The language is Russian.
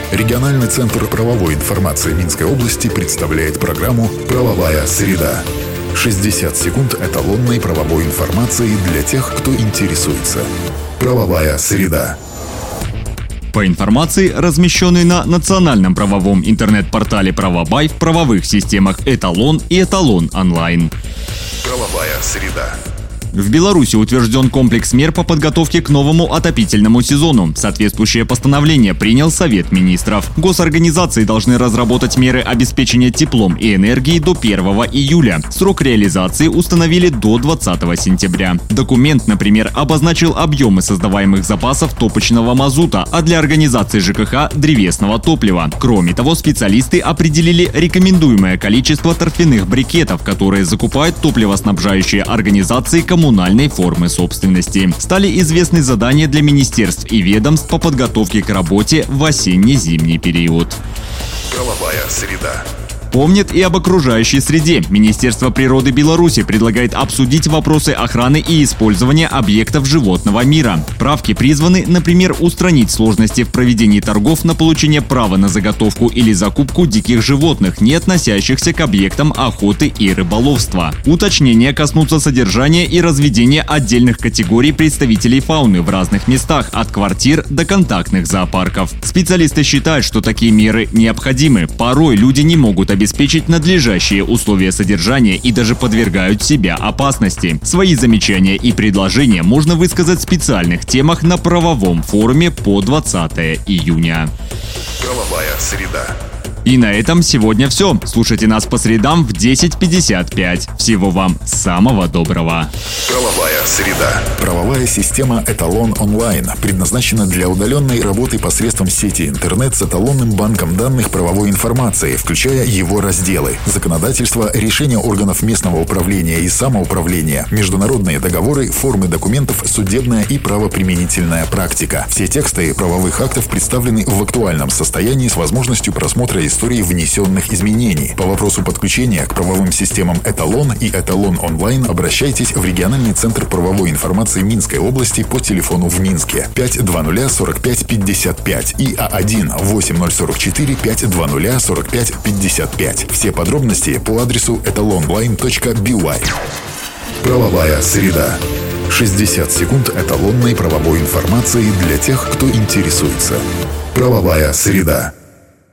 Региональный центр правовой информации Минской области представляет программу «Правовая среда». 60 секунд эталонной правовой информации для тех, кто интересуется. «Правовая среда». По информации, размещенной на национальном правовом интернет-портале «Правобай» в правовых системах «Эталон» и «Эталон онлайн». «Правовая среда». В Беларуси утвержден комплекс мер по подготовке к новому отопительному сезону. Соответствующее постановление принял Совет министров. Госорганизации должны разработать меры обеспечения теплом и энергией до 1 июля. Срок реализации установили до 20 сентября. Документ, например, обозначил объемы создаваемых запасов топочного мазута, а для организации ЖКХ – древесного топлива. Кроме того, специалисты определили рекомендуемое количество торфяных брикетов, которые закупают топливоснабжающие организации коммунальной формы собственности. Стали известны задания для министерств и ведомств по подготовке к работе в осенне-зимний период. Правовая среда. Помнит и об окружающей среде. Министерство природы Беларуси предлагает обсудить вопросы охраны и использования объектов животного мира. Правки призваны, например, устранить сложности в проведении торгов на получение права на заготовку или закупку диких животных, не относящихся к объектам охоты и рыболовства. Уточнения коснутся содержания и разведения отдельных категорий представителей фауны в разных местах, от квартир до контактных зоопарков. Специалисты считают, что такие меры необходимы. Порой люди не могут обеспечить надлежащие условия содержания и даже подвергают себя опасности. Свои замечания и предложения можно высказать в специальных темах на правовом форуме по 20 июня. Правовая среда. И на этом сегодня все. Слушайте нас по средам в 10:55. Всего вам самого доброго. Правовая среда. Правовая система «Эталон онлайн» предназначена для удаленной работы посредством сети интернет с эталонным банком данных правовой информации, включая его разделы: законодательство, решения органов местного управления и самоуправления, международные договоры, формы документов, судебная и правоприменительная практика. Все тексты правовых актов представлены в актуальном состоянии с возможностью просмотра истории внесенных изменений. По вопросу подключения к правовым системам «Эталон» и «Эталон онлайн» обращайтесь в региональный центр правовой информации Минской области по телефону в Минске 520-45-55 и А1-8044-520-45-55. Все подробности по адресу etalonline.by. Правовая среда. 60 секунд эталонной правовой информации для тех, кто интересуется. Правовая среда.